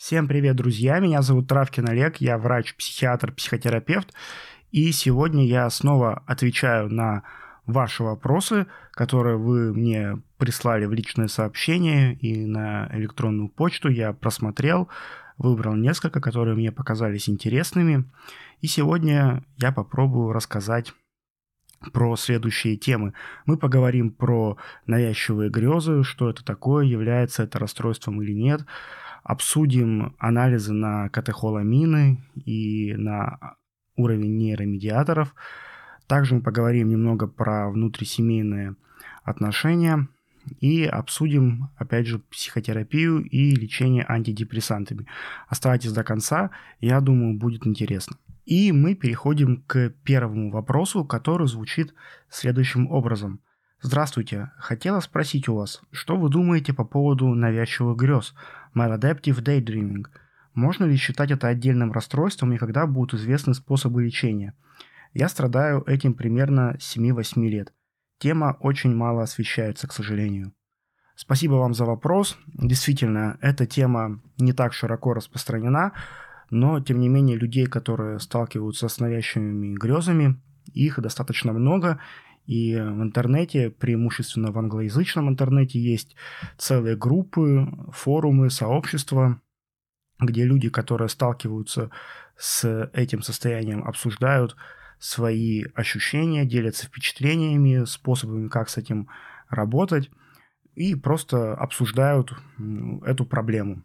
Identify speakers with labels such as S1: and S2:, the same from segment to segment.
S1: Всем привет, друзья! Меня зовут Травкин Олег, я врач-психиатр, психотерапевт, и сегодня я снова отвечаю на ваши вопросы, которые вы мне прислали в личные сообщения и на электронную почту. Я просмотрел, выбрал несколько, которые мне показались интересными, и сегодня я попробую рассказать про следующие темы. Мы поговорим про навязчивые грезы, что это такое, является это расстройством или нет. Обсудим анализы на катехоламины и на уровень нейромедиаторов. Также мы поговорим немного про внутрисемейные отношения и обсудим, опять же, психотерапию и лечение антидепрессантами. Оставайтесь до конца, я думаю, будет интересно. И мы переходим к первому вопросу, который звучит следующим образом. Здравствуйте, хотела спросить у вас, что вы думаете по поводу навязчивых грез, maladaptive daydreaming? Можно ли считать это отдельным расстройством и когда будут известны способы лечения? Я страдаю этим примерно с 7-8 лет. Тема очень мало освещается, к сожалению. Спасибо вам за вопрос. Действительно, эта тема не так широко распространена, но, тем не менее, людей, которые сталкиваются с навязчивыми грезами, их достаточно много. И в интернете, преимущественно в англоязычном интернете, есть целые группы, форумы, сообщества, где люди, которые сталкиваются с этим состоянием, обсуждают свои ощущения, делятся впечатлениями, способами, как с этим работать, и просто обсуждают эту проблему.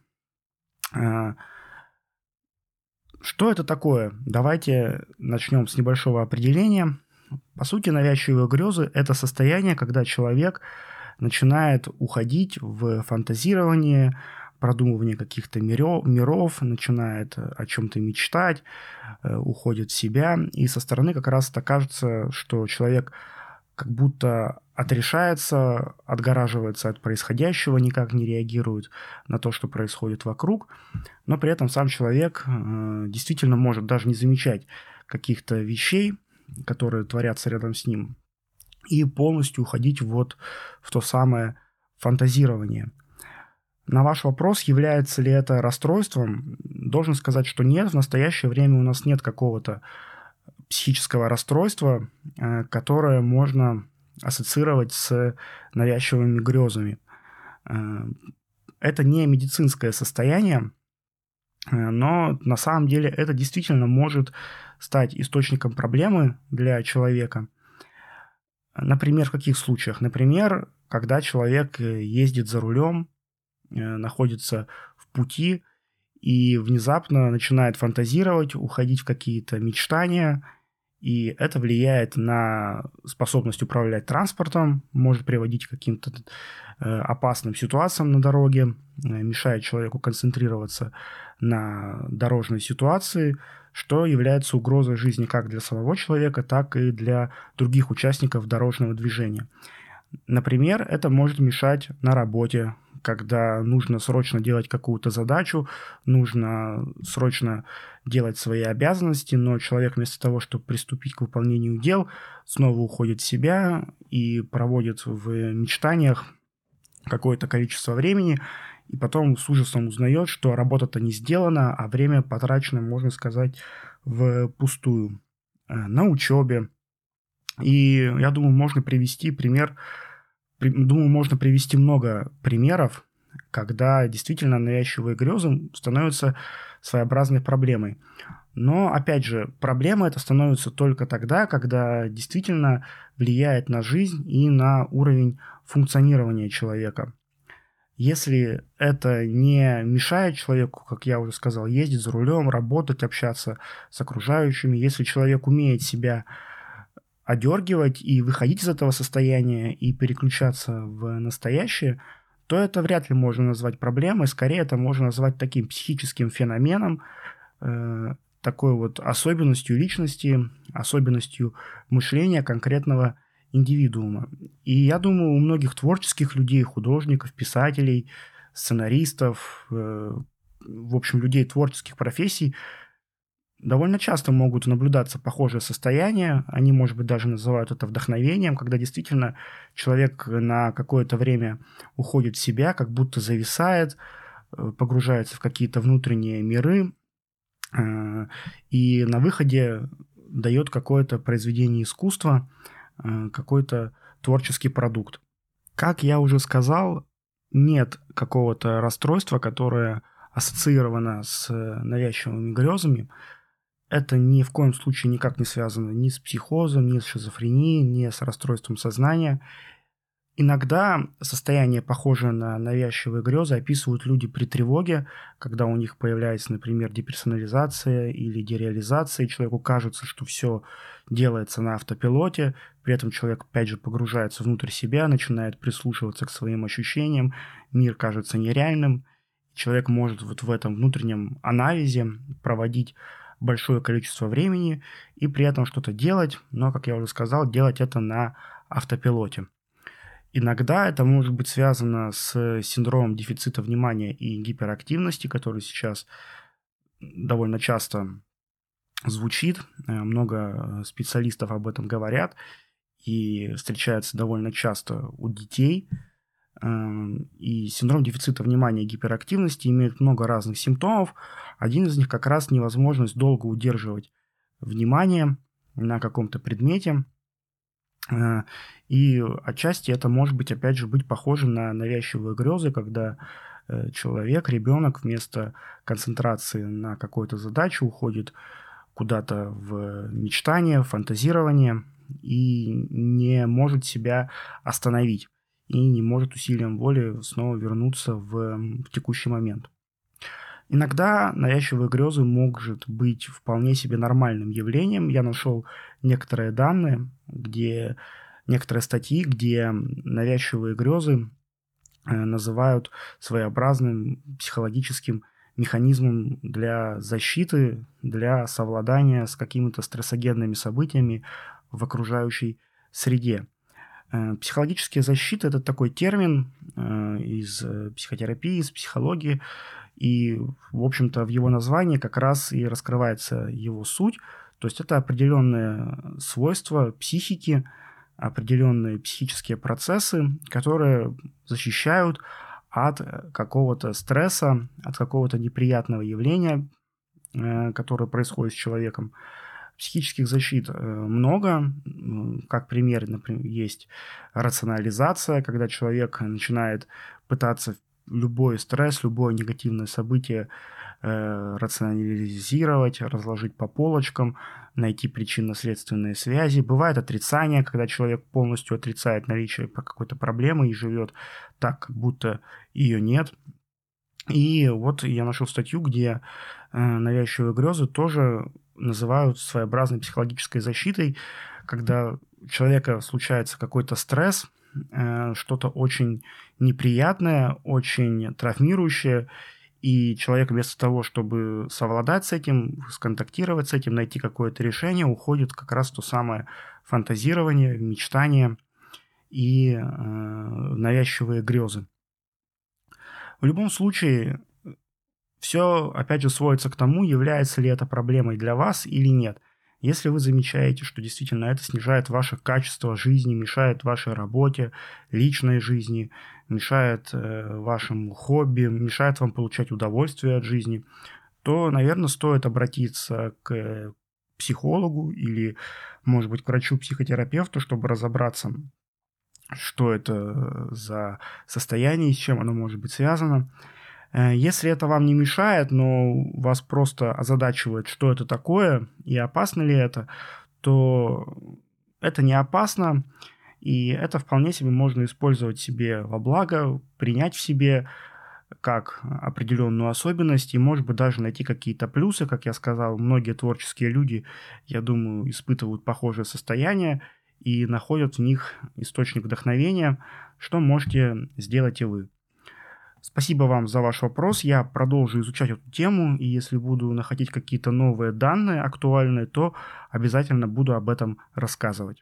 S1: Что это такое? Давайте начнем с небольшого определения. По сути, навязчивые грезы – это состояние, когда человек начинает уходить в фантазирование, продумывание каких-то миров, начинает о чем-то мечтать, уходит в себя. И со стороны как раз это кажется, что человек как будто отрешается, отгораживается от происходящего, никак не реагирует на то, что происходит вокруг. Но при этом сам человек действительно может даже не замечать каких-то вещей, которые творятся рядом с ним, и полностью уходить вот в то самое фантазирование. На ваш вопрос, является ли это расстройством, должен сказать, что нет. В настоящее время у нас нет какого-то психического расстройства, которое можно ассоциировать с навязчивыми грезами. Это не медицинское состояние, но на самом деле это действительно может стать источником проблемы для человека. Например, в каких случаях? Например, когда человек ездит за рулем, находится в пути и внезапно начинает фантазировать, уходить в какие-то мечтания, и это влияет на способность управлять транспортом, может приводить к каким-то опасным ситуациям на дороге, мешает человеку концентрироваться на дорожной ситуации, что является угрозой жизни как для самого человека, так и для других участников дорожного движения. Например, это может мешать на работе, когда нужно срочно делать какую-то задачу, нужно срочно делать свои обязанности, но человек вместо того, чтобы приступить к выполнению дел, снова уходит в себя и проводит в мечтаниях какое-то количество времени, и потом с ужасом узнает, что работа-то не сделана, а время потрачено, можно сказать, впустую на учебе. И я думаю, можно привести много примеров, когда действительно навязчивые грезы становятся своеобразной проблемой. Но, опять же, проблема эта становится только тогда, когда действительно влияет на жизнь и на уровень функционирования человека. Если это не мешает человеку, как я уже сказал, ездить за рулем, работать, общаться с окружающими, если человек умеет себя одергивать и выходить из этого состояния и переключаться в настоящее, то это вряд ли можно назвать проблемой, скорее это можно назвать таким психическим феноменом, такой вот особенностью личности, особенностью мышления конкретного индивидуума. И я думаю, у многих творческих людей, художников, писателей, сценаристов, в общем, людей творческих профессий, довольно часто могут наблюдаться похожие состояния. Они, может быть, даже называют это вдохновением, когда действительно человек на какое-то время уходит в себя, как будто зависает, погружается в какие-то внутренние миры и на выходе дает какое-то произведение искусства, какой-то творческий продукт. Как я уже сказал, нет какого-то расстройства, которое ассоциировано с навязчивыми грезами. Это ни в коем случае никак не связано ни с психозом, ни с шизофренией, ни с расстройством сознания. Иногда состояние, похожее на навязчивые грезы, описывают люди при тревоге, когда у них появляется, например, деперсонализация или дереализация, и человеку кажется, что все делается на автопилоте, при этом человек, опять же, погружается внутрь себя, начинает прислушиваться к своим ощущениям, мир кажется нереальным, человек может вот в этом внутреннем анализе проводить большое количество времени и при этом что-то делать, но, как я уже сказал, делать это на автопилоте. Иногда это может быть связано с синдромом дефицита внимания и гиперактивности, который сейчас довольно часто звучит. Много специалистов об этом говорят и встречается довольно часто у детей. И синдром дефицита внимания и гиперактивности имеет много разных симптомов. Один из них как раз невозможность долго удерживать внимание на каком-то предмете. И отчасти это может быть, опять же, быть похоже на навязчивые грезы, когда человек, ребенок вместо концентрации на какой-то задаче уходит куда-то в мечтание, в фантазирование и не может себя остановить, и не может усилием воли снова вернуться в текущий момент. Иногда навязчивые грезы могут быть вполне себе нормальным явлением. Я нашел некоторые данные, некоторые статьи, где навязчивые грезы называют своеобразным психологическим механизмом для защиты, для совладания с какими-то стрессогенными событиями в окружающей среде. Психологическая защита – это такой термин из психотерапии, из психологии, и, в общем-то, в его названии как раз и раскрывается его суть. То есть это определенные свойства психики, определенные психические процессы, которые защищают от какого-то стресса, от какого-то неприятного явления, которое происходит с человеком. Психических защит много. Как пример, например, есть рационализация, когда человек начинает пытаться любой стресс, любое негативное событие рационализировать, разложить по полочкам, найти причинно-следственные связи. Бывает отрицание, когда человек полностью отрицает наличие какой-то проблемы и живет так, как будто ее нет. И вот я нашел статью, где навязчивые грезы тоже называют своеобразной психологической защитой, когда у человека случается какой-то стресс, что-то очень неприятное, очень травмирующее, и человек вместо того, чтобы совладать с этим, сконтактировать с этим, найти какое-то решение, уходит как раз в то самое фантазирование, мечтание и навязчивые грезы. В любом случае, все, опять же, сводится к тому, является ли это проблемой для вас или нет. Если вы замечаете, что действительно это снижает ваше качество жизни, мешает вашей работе, личной жизни, мешает вашему хобби, мешает вам получать удовольствие от жизни, то, наверное, стоит обратиться к психологу или, может быть, к врачу-психотерапевту, чтобы разобраться, что это за состояние и с чем оно может быть связано. Если это вам не мешает, но вас просто озадачивает, что это такое и опасно ли это, то это не опасно, и это вполне себе можно использовать себе во благо, принять в себе как определенную особенность и, может быть, даже найти какие-то плюсы. Как я сказал, многие творческие люди, я думаю, испытывают похожее состояние и находят в них источник вдохновения, что можете сделать и вы. Спасибо вам за ваш вопрос. Я продолжу изучать эту тему, и если буду находить какие-то новые данные актуальные, то обязательно буду об этом рассказывать.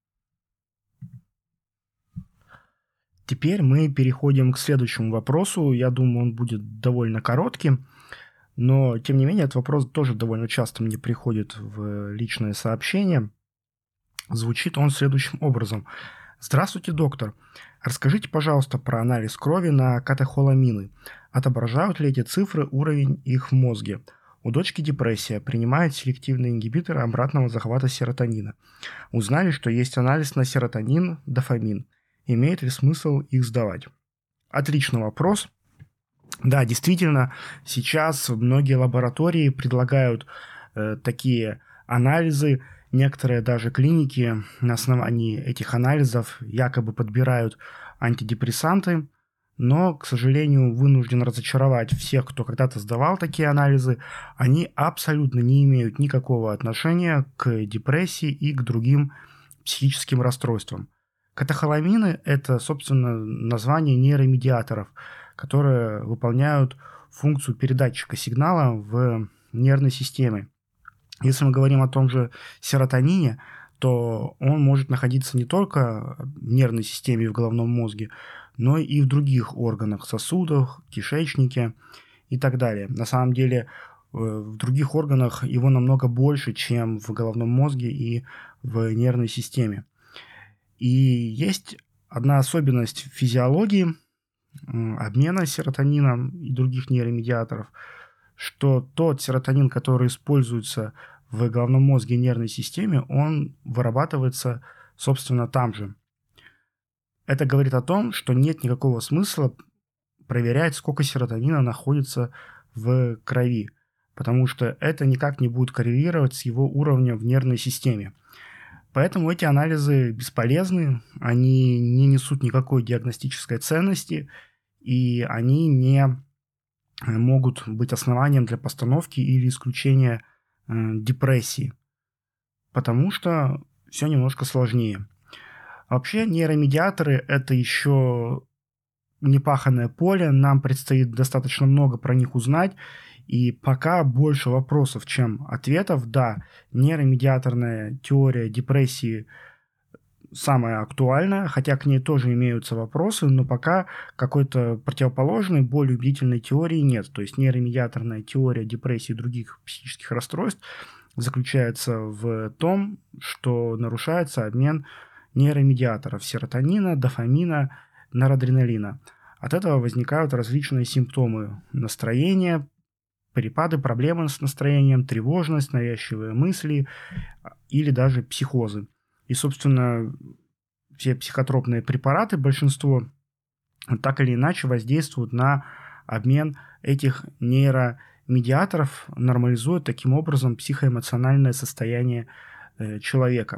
S1: Теперь мы переходим к следующему вопросу. Я думаю, он будет довольно коротким, но, тем не менее, этот вопрос тоже довольно часто мне приходит в личные сообщения. Звучит он следующим образом. Здравствуйте, доктор. Расскажите, пожалуйста, про анализ крови на катехоламины. Отображают ли эти цифры уровень их в мозге? У дочки депрессия, принимает селективные ингибиторы обратного захвата серотонина. Узнали, что есть анализ на серотонин, дофамин. Имеет ли смысл их сдавать? Отличный вопрос. Да, действительно, сейчас многие лаборатории предлагают такие анализы. Некоторые даже клиники на основании этих анализов якобы подбирают антидепрессанты, но, к сожалению, вынужден разочаровать всех, кто когда-то сдавал такие анализы. Они абсолютно не имеют никакого отношения к депрессии и к другим психическим расстройствам. Катехоламины – это, собственно, название нейромедиаторов, которые выполняют функцию передатчика сигнала в нервной системе. Если мы говорим о том же серотонине, то он может находиться не только в нервной системе и в головном мозге, но и в других органах, сосудах, кишечнике и так далее. На самом деле в других органах его намного больше, чем в головном мозге и в нервной системе. И есть одна особенность физиологии обмена серотонина и других нейромедиаторов, что тот серотонин, который используется в головном мозге и нервной системе, он вырабатывается, собственно, там же. Это говорит о том, что нет никакого смысла проверять, сколько серотонина находится в крови, потому что это никак не будет коррелировать с его уровнем в нервной системе. Поэтому эти анализы бесполезны, они не несут никакой диагностической ценности, и они не могут быть основанием для постановки или исключения депрессии, потому что все немножко сложнее. Вообще нейромедиаторы – это еще непаханное поле, нам предстоит достаточно много про них узнать, и пока больше вопросов, чем ответов. Да, нейромедиаторная теория депрессии самая актуальная, хотя к ней тоже имеются вопросы, но пока какой-то противоположной, более убедительной теории нет. То есть нейромедиаторная теория депрессии и других психических расстройств заключается в том, что нарушается обмен нейромедиаторов серотонина, дофамина, норадреналина. От этого возникают различные симптомы настроения, перепады, проблемы с настроением, тревожность, навязчивые мысли или даже психозы. И, собственно, все психотропные препараты, большинство, так или иначе воздействуют на обмен этих нейромедиаторов, нормализуют таким образом психоэмоциональное состояние человека.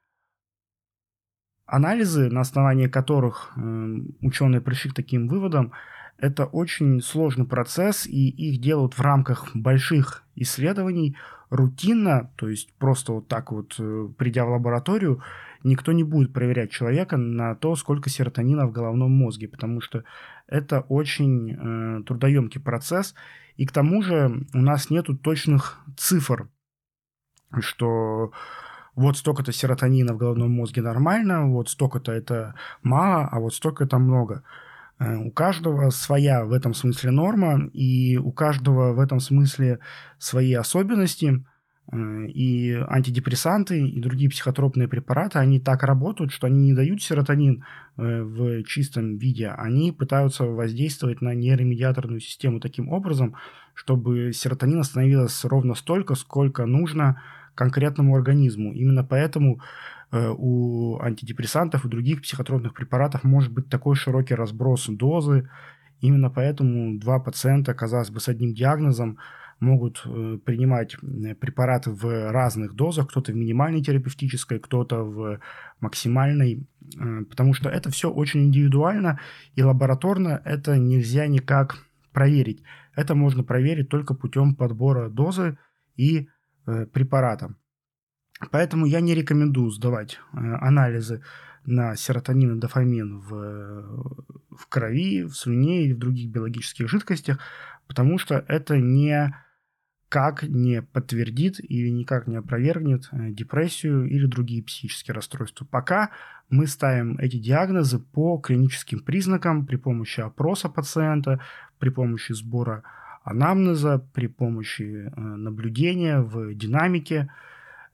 S1: Анализы, на основании которых ученые пришли к таким выводам, это очень сложный процесс, и их делают в рамках больших исследований рутинно, то есть просто вот так вот, придя в лабораторию, никто не будет проверять человека на то, сколько серотонина в головном мозге, потому что это очень трудоемкий процесс, и к тому же у нас нету точных цифр, что вот столько-то серотонина в головном мозге нормально, вот столько-то это мало, а вот столько это много. У каждого своя в этом смысле норма, и у каждого в этом смысле свои особенности. И антидепрессанты, и другие психотропные препараты, они так работают, что они не дают серотонин в чистом виде, они пытаются воздействовать на нейромедиаторную систему таким образом, чтобы серотонина становилось ровно столько, сколько нужно конкретному организму. Именно поэтому у антидепрессантов и других психотропных препаратов может быть такой широкий разброс дозы. Именно поэтому два пациента, казалось бы, с одним диагнозом могут принимать препараты в разных дозах, кто-то в минимальной терапевтической, кто-то в максимальной, потому что это все очень индивидуально, и лабораторно это нельзя никак проверить. Это можно проверить только путем подбора дозы и препарата. Поэтому я не рекомендую сдавать анализы на серотонин и дофамин в крови, в слюне или в других биологических жидкостях, потому что это никак не подтвердит или никак не опровергнет депрессию или другие психические расстройства. Пока мы ставим эти диагнозы по клиническим признакам при помощи опроса пациента, при помощи сбора анамнеза, при помощи наблюдения в динамике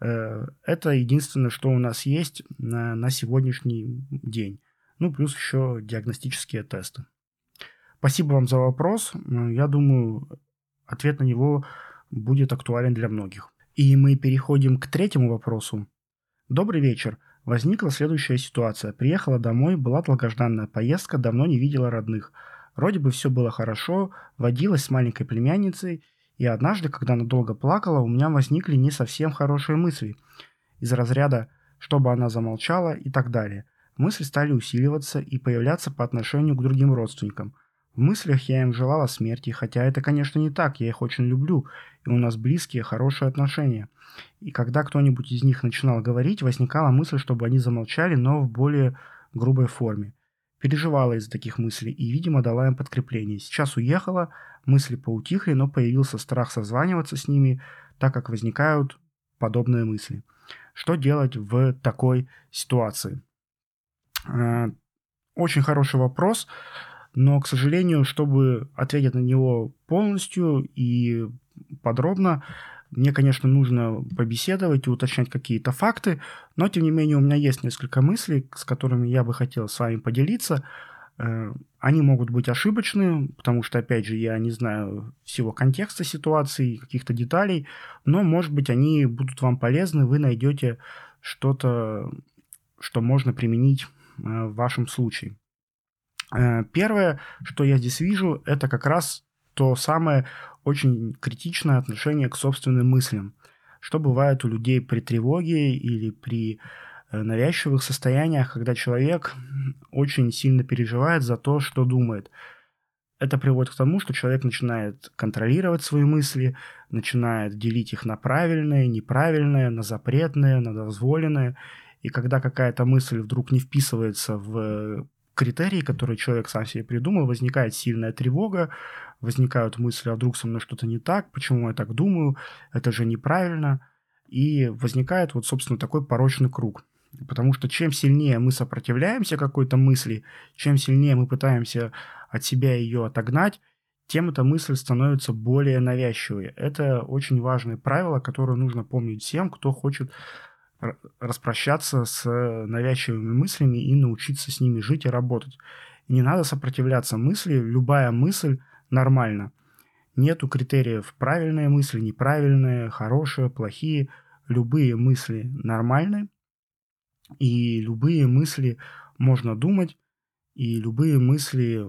S1: Это единственное, что у нас есть на сегодняшний день. Ну, плюс еще диагностические тесты. Спасибо вам за вопрос. Я думаю, ответ на него будет актуален для многих. И мы переходим к третьему вопросу. Добрый вечер. Возникла следующая ситуация. Приехала домой, была долгожданная поездка, давно не видела родных. Вроде бы все было хорошо, водилась с маленькой племянницей, и однажды, когда она долго плакала, у меня возникли не совсем хорошие мысли. Из разряда «чтобы она замолчала» и так далее. Мысли стали усиливаться и появляться по отношению к другим родственникам. В мыслях я им желала смерти, хотя это, конечно, не так, я их очень люблю, и у нас близкие, хорошие отношения. И когда кто-нибудь из них начинал говорить, возникала мысль, чтобы они замолчали, но в более грубой форме. Переживала из-за таких мыслей и, видимо, дала им подкрепление. Сейчас уехала, мысли поутихли, но появился страх созваниваться с ними, так как возникают подобные мысли. Что делать в такой ситуации? Очень хороший вопрос. Но, к сожалению, чтобы ответить на него полностью и подробно, мне, конечно, нужно побеседовать и уточнять какие-то факты, но, тем не менее, у меня есть несколько мыслей, с которыми я бы хотел с вами поделиться. Они могут быть ошибочны, потому что, опять же, я не знаю всего контекста ситуации, каких-то деталей, но, может быть, они будут вам полезны, вы найдете что-то, что можно применить в вашем случае. Первое, что я здесь вижу, это как раз то самое очень критичное отношение к собственным мыслям. Что бывает у людей при тревоге или при навязчивых состояниях, когда человек очень сильно переживает за то, что думает. Это приводит к тому, что человек начинает контролировать свои мысли, начинает делить их на правильные, неправильные, на запретные, на дозволенные. И когда какая-то мысль вдруг не вписывается в критерии, которые человек сам себе придумал, возникает сильная тревога, возникают мысли, а вдруг со мной что-то не так, почему я так думаю, это же неправильно. И возникает вот, собственно, такой порочный круг. Потому что чем сильнее мы сопротивляемся какой-то мысли, чем сильнее мы пытаемся от себя ее отогнать, тем эта мысль становится более навязчивой. Это очень важное правило, которое нужно помнить всем, кто хочет распрощаться с навязчивыми мыслями и научиться с ними жить и работать. И не надо сопротивляться мысли, любая мысль нормальна. Нету критериев правильные мысли, неправильные, хорошие, плохие. Любые мысли нормальны, и любые мысли можно думать, и любые мысли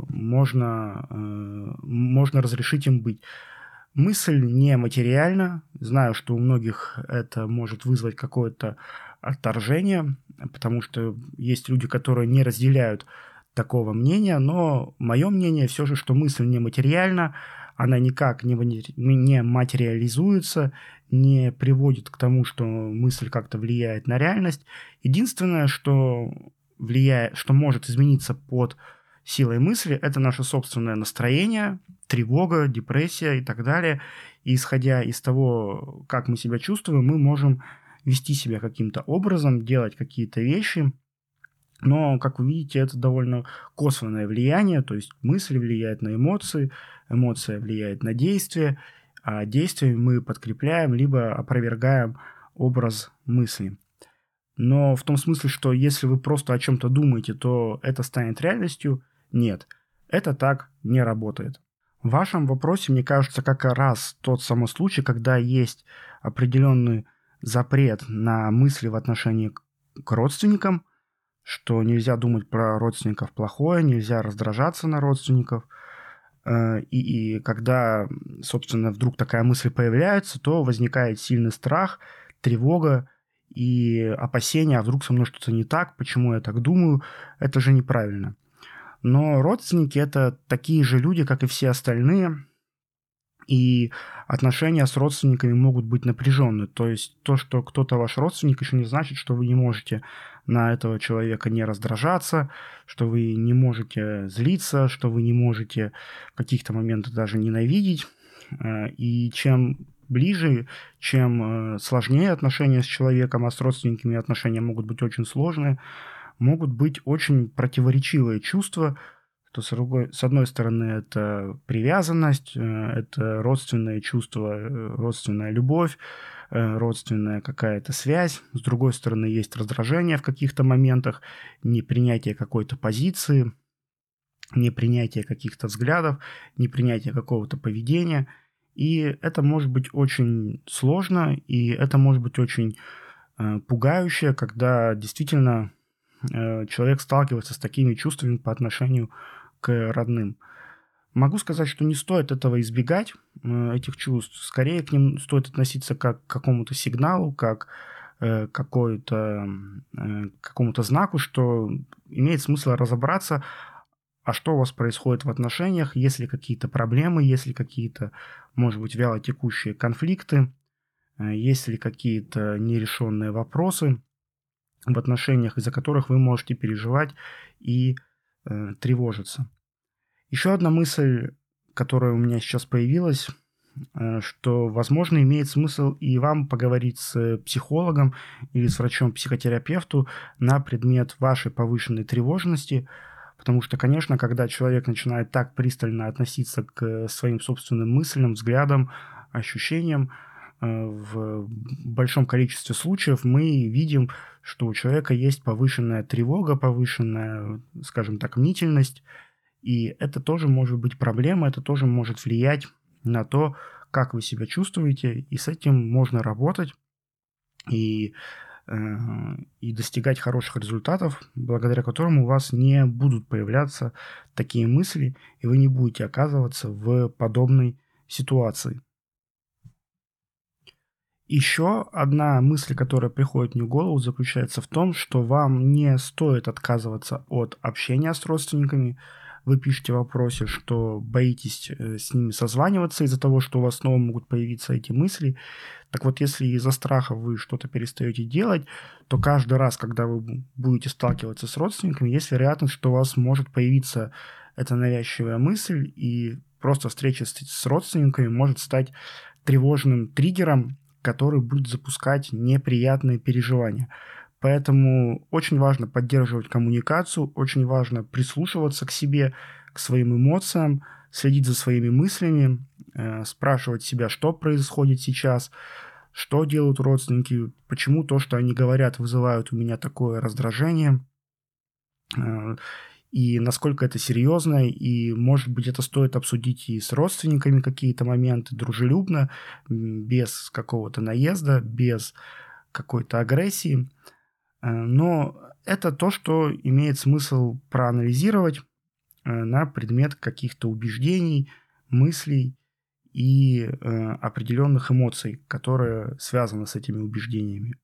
S1: можно разрешить им быть. Мысль не материальна. Знаю, что у многих это может вызвать какое-то отторжение, потому что есть люди, которые не разделяют такого мнения, но мое мнение все же, что мысль не материальна, она никак не материализуется, не приводит к тому, что мысль как-то влияет на реальность. Единственное, что может измениться под силой мысли, это наше собственное настроение, тревога, депрессия и так далее. И исходя из того, как мы себя чувствуем, мы можем вести себя каким-то образом, делать какие-то вещи. Но, как вы видите, это довольно косвенное влияние, то есть мысль влияет на эмоции, эмоция влияет на действие, а действиями мы подкрепляем либо опровергаем образ мысли. Но в том смысле, что если вы просто о чем-то думаете, то это станет реальностью, нет, это так не работает. В вашем вопросе, мне кажется, как раз тот самый случай, когда есть определенный запрет на мысли в отношении к родственникам, что нельзя думать про родственников плохое, нельзя раздражаться на родственников. И когда, собственно, вдруг такая мысль появляется, то возникает сильный страх, тревога и опасения, а вдруг со мной что-то не так, почему я так думаю, это же неправильно. Но родственники – это такие же люди, как и все остальные, и отношения с родственниками могут быть напряженны. То есть то, что кто-то ваш родственник, еще не значит, что вы не можете на этого человека не раздражаться, что вы не можете злиться, что вы не можете в каких-то моментах даже ненавидеть. И чем ближе, чем сложнее отношения с человеком, а с родственниками отношения могут быть очень сложные, могут быть очень противоречивые чувства, то с одной стороны это привязанность, это родственные чувства, родственная любовь, родственная какая-то связь, с другой стороны есть раздражение в каких-то моментах, непринятие какой-то позиции, непринятие каких-то взглядов, непринятие какого-то поведения. И это может быть очень сложно, и это может быть очень пугающе, когда действительно человек сталкивается с такими чувствами по отношению к родным. Могу сказать, что не стоит этого избегать, этих чувств. Скорее к ним стоит относиться как к какому-то сигналу, как какому-то знаку, что имеет смысл разобраться, а что у вас происходит в отношениях, есть ли какие-то проблемы, есть ли какие-то, может быть, вялотекущие конфликты, есть ли какие-то нерешенные вопросы в отношениях, из-за которых вы можете переживать и тревожиться. Еще одна мысль, которая у меня сейчас появилась, что, возможно, имеет смысл и вам поговорить с психологом или с врачом-психотерапевтом на предмет вашей повышенной тревожности, потому что, конечно, когда человек начинает так пристально относиться к своим собственным мыслям, взглядам, ощущениям, в большом количестве случаев мы видим, что у человека есть повышенная тревога, повышенная, скажем так, мнительность, и это тоже может быть проблема, это тоже может влиять на то, как вы себя чувствуете, и с этим можно работать и, и достигать хороших результатов, благодаря которым у вас не будут появляться такие мысли, и вы не будете оказываться в подобной ситуации. Еще одна мысль, которая приходит мне в голову, заключается в том, что вам не стоит отказываться от общения с родственниками. Вы пишете в вопросе, что боитесь с ними созваниваться из-за того, что у вас снова могут появиться эти мысли. Так вот, если из-за страха вы что-то перестаете делать, то каждый раз, когда вы будете сталкиваться с родственниками, есть вероятность, что у вас может появиться эта навязчивая мысль, и просто встреча с родственниками может стать тревожным триггером, который будет запускать неприятные переживания. Поэтому очень важно поддерживать коммуникацию, очень важно прислушиваться к себе, к своим эмоциям, следить за своими мыслями, спрашивать себя, что происходит сейчас, что делают родственники, почему то, что они говорят, вызывает у меня такое раздражение, и насколько это серьезно, и, может быть, это стоит обсудить и с родственниками какие-то моменты дружелюбно, без какого-то наезда, без какой-то агрессии. Но это то, что имеет смысл проанализировать на предмет каких-то убеждений, мыслей и определенных эмоций, которые связаны с этими убеждениями.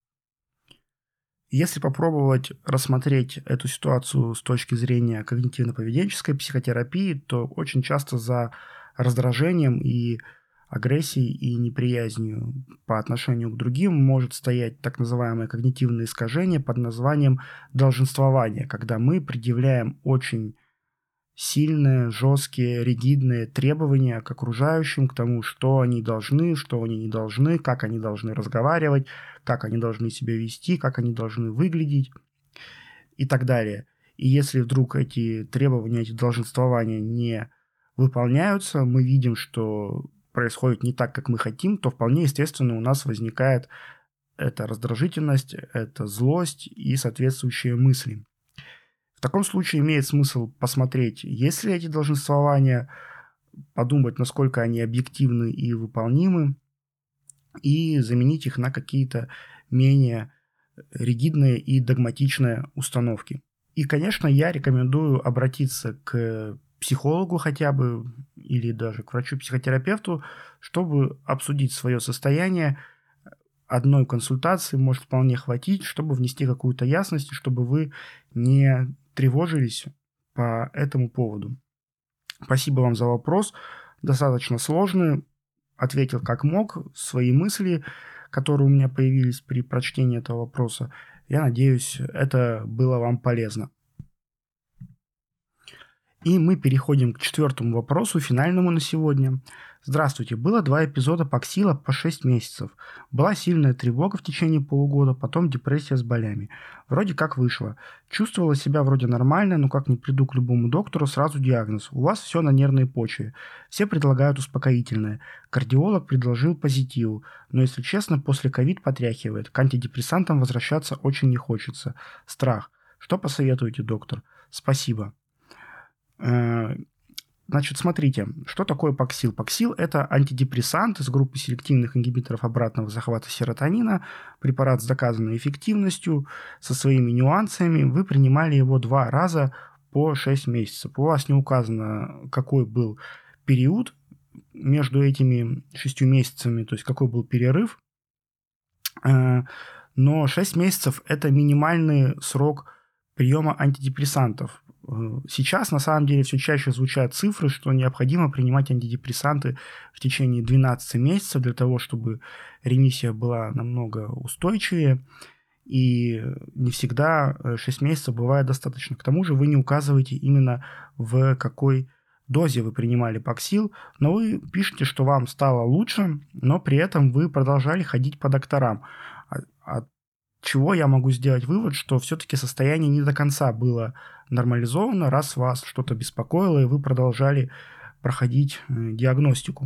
S1: Если попробовать рассмотреть эту ситуацию с точки зрения когнитивно-поведенческой психотерапии, то очень часто за раздражением и агрессией и неприязнью по отношению к другим может стоять так называемое когнитивное искажение под названием долженствование, когда мы предъявляем очень сильные, жесткие, ригидные требования к окружающим, к тому, что они должны, что они не должны, как они должны разговаривать, как они должны себя вести, как они должны выглядеть и так далее. И если вдруг эти требования, эти долженствования не выполняются, мы видим, что происходит не так, как мы хотим, то вполне естественно у нас возникает эта раздражительность, эта злость и соответствующие мысли. В таком случае имеет смысл посмотреть, есть ли эти долженствования, подумать, насколько они объективны и выполнимы, и заменить их на какие-то менее ригидные и догматичные установки. И, конечно, я рекомендую обратиться к психологу хотя бы, или даже к врачу-психотерапевту, чтобы обсудить свое состояние. Одной консультации может вполне хватить, чтобы внести какую-то ясность, чтобы вы не тревожились по этому поводу. Спасибо вам за вопрос. Достаточно сложный. Ответил как мог. Свои мысли, которые у меня появились при прочтении этого вопроса. Я надеюсь, это было вам полезно. И мы переходим к 4-му вопросу, финальному на сегодня. Здравствуйте. Было 2 эпизода Паксила по 6 месяцев. Была сильная тревога в течение полугода, потом депрессия с болями. Вроде как вышло. Чувствовала себя вроде нормально, но как ни приду к любому доктору, сразу диагноз. У вас все на нервной почве. Все предлагают успокоительное. Кардиолог предложил позитиву. Но, если честно, после ковид потряхивает. К антидепрессантам возвращаться очень не хочется. Страх. Что посоветуете, доктор? Спасибо. Значит, смотрите, что такое Паксил? Паксил – это антидепрессант из группы селективных ингибиторов обратного захвата серотонина, препарат с доказанной эффективностью, со своими нюансами. Вы принимали его 2 раза по 6 месяцев. У вас не указано, какой был период между этими 6 месяцами, то есть какой был перерыв. Но 6 месяцев – это минимальный срок приема антидепрессантов. Сейчас, на самом деле, все чаще звучат цифры, что необходимо принимать антидепрессанты в течение 12 месяцев для того, чтобы ремиссия была намного устойчивее. И не всегда 6 месяцев бывает достаточно. К тому же вы не указываете именно в какой дозе вы принимали Паксил, но вы пишете, что вам стало лучше, но при этом вы продолжали ходить по докторам. От чего я могу сделать вывод, что все-таки состояние не до конца было нормализовано, раз вас что-то беспокоило, и вы продолжали проходить диагностику.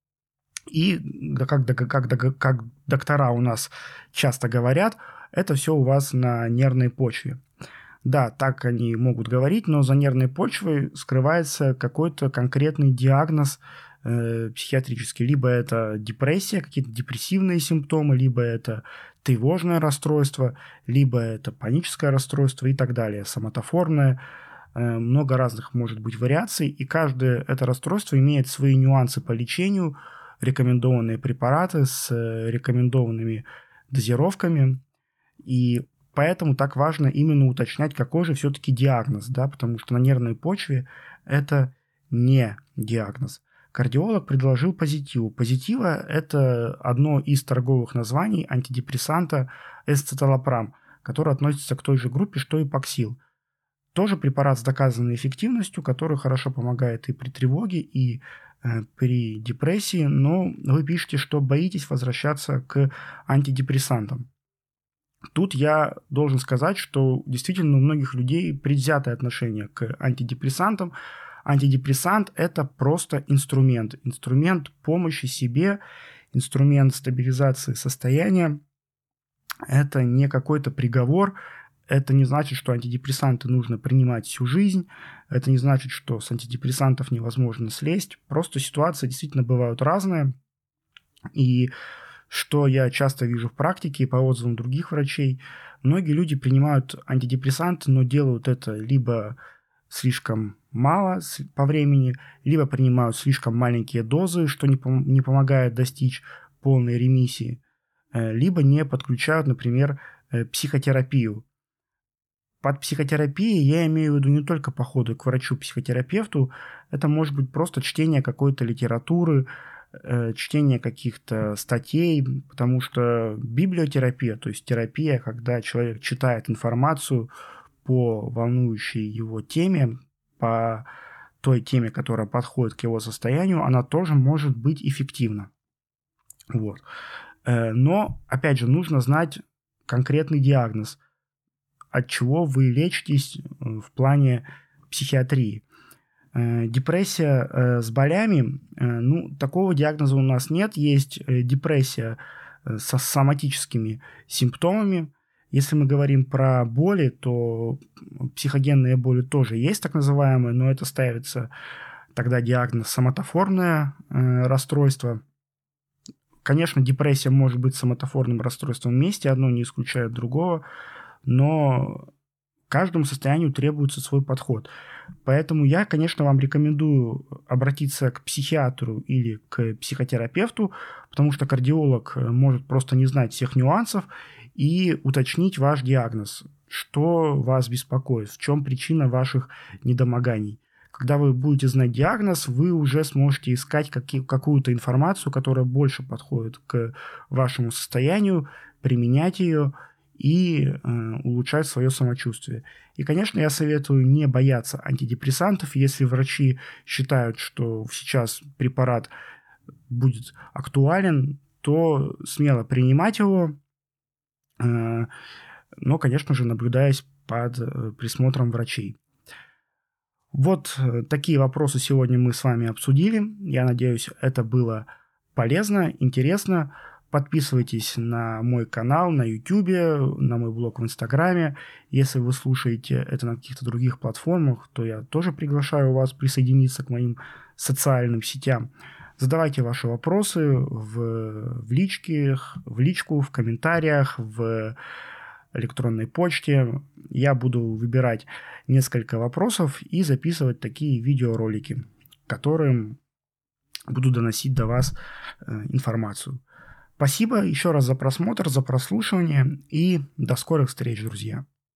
S1: И как доктора у нас часто говорят, это все у вас на нервной почве. Да, так они могут говорить, но за нервной почвой скрывается какой-то конкретный диагноз психиатрический. Либо это депрессия, какие-то депрессивные симптомы, либо это тревожное расстройство, либо это паническое расстройство и так далее, соматоформное. Много разных может быть вариаций, и каждое это расстройство имеет свои нюансы по лечению, рекомендованные препараты с рекомендованными дозировками, и поэтому так важно именно уточнять, какой же все-таки диагноз, да, потому что на нервной почве это не диагноз. Кардиолог предложил позитиву. Позитива – это одно из торговых названий антидепрессанта эсцеталопрам, который относится к той же группе, что и Паксил. Тоже препарат с доказанной эффективностью, который хорошо помогает и при тревоге, и при депрессии, но вы пишете, что боитесь возвращаться к антидепрессантам. Тут я должен сказать, что действительно у многих людей предвзятое отношение к антидепрессантам. Антидепрессант – это просто инструмент помощи себе, инструмент стабилизации состояния. Это не какой-то приговор, это не значит, что антидепрессанты нужно принимать всю жизнь, это не значит, что с антидепрессантов невозможно слезть. Просто ситуации действительно бывают разные, и что я часто вижу в практике по отзывам других врачей, многие люди принимают антидепрессанты, но делают это либо слишком мало по времени, либо принимают слишком маленькие дозы, что не помогает достичь полной ремиссии, либо не подключают, например, психотерапию. Под психотерапией я имею в виду не только походы к врачу-психотерапевту, это может быть просто чтение какой-то литературы, чтение каких-то статей, потому что библиотерапия, то есть терапия, когда человек читает информацию по волнующей его теме, по той теме, которая подходит к его состоянию, она тоже может быть эффективна. Вот. Но, опять же, нужно знать конкретный диагноз, от чего вы лечитесь в плане психиатрии. Депрессия с болями, такого диагноза у нас нет. Есть депрессия со соматическими симптомами. Если мы говорим про боли, то психогенные боли тоже есть так называемые, но это ставится тогда диагноз соматоформное расстройство. Конечно, депрессия может быть соматоформным расстройством вместе, одно не исключает другого, но каждому состоянию требуется свой подход. Поэтому я, конечно, вам рекомендую обратиться к психиатру или к психотерапевту, потому что кардиолог может просто не знать всех нюансов и уточнить ваш диагноз, что вас беспокоит, в чем причина ваших недомоганий. Когда вы будете знать диагноз, вы уже сможете искать какую-то информацию, которая больше подходит к вашему состоянию, применять ее и улучшать свое самочувствие. И, конечно, я советую не бояться антидепрессантов. Если врачи считают, что сейчас препарат будет актуален, то смело принимать его, но, конечно же, наблюдаясь под присмотром врачей. Вот такие вопросы сегодня мы с вами обсудили. Я надеюсь, это было полезно, интересно. Подписывайтесь на мой канал на YouTube, на мой блог в Инстаграме. Если вы слушаете это на каких-то других платформах, то я тоже приглашаю вас присоединиться к моим социальным сетям. Задавайте ваши вопросы в личку, в комментариях, в электронной почте. Я буду выбирать несколько вопросов и записывать такие видеоролики, которым буду доносить до вас информацию. Спасибо еще раз за просмотр, за прослушивание и до скорых встреч, друзья.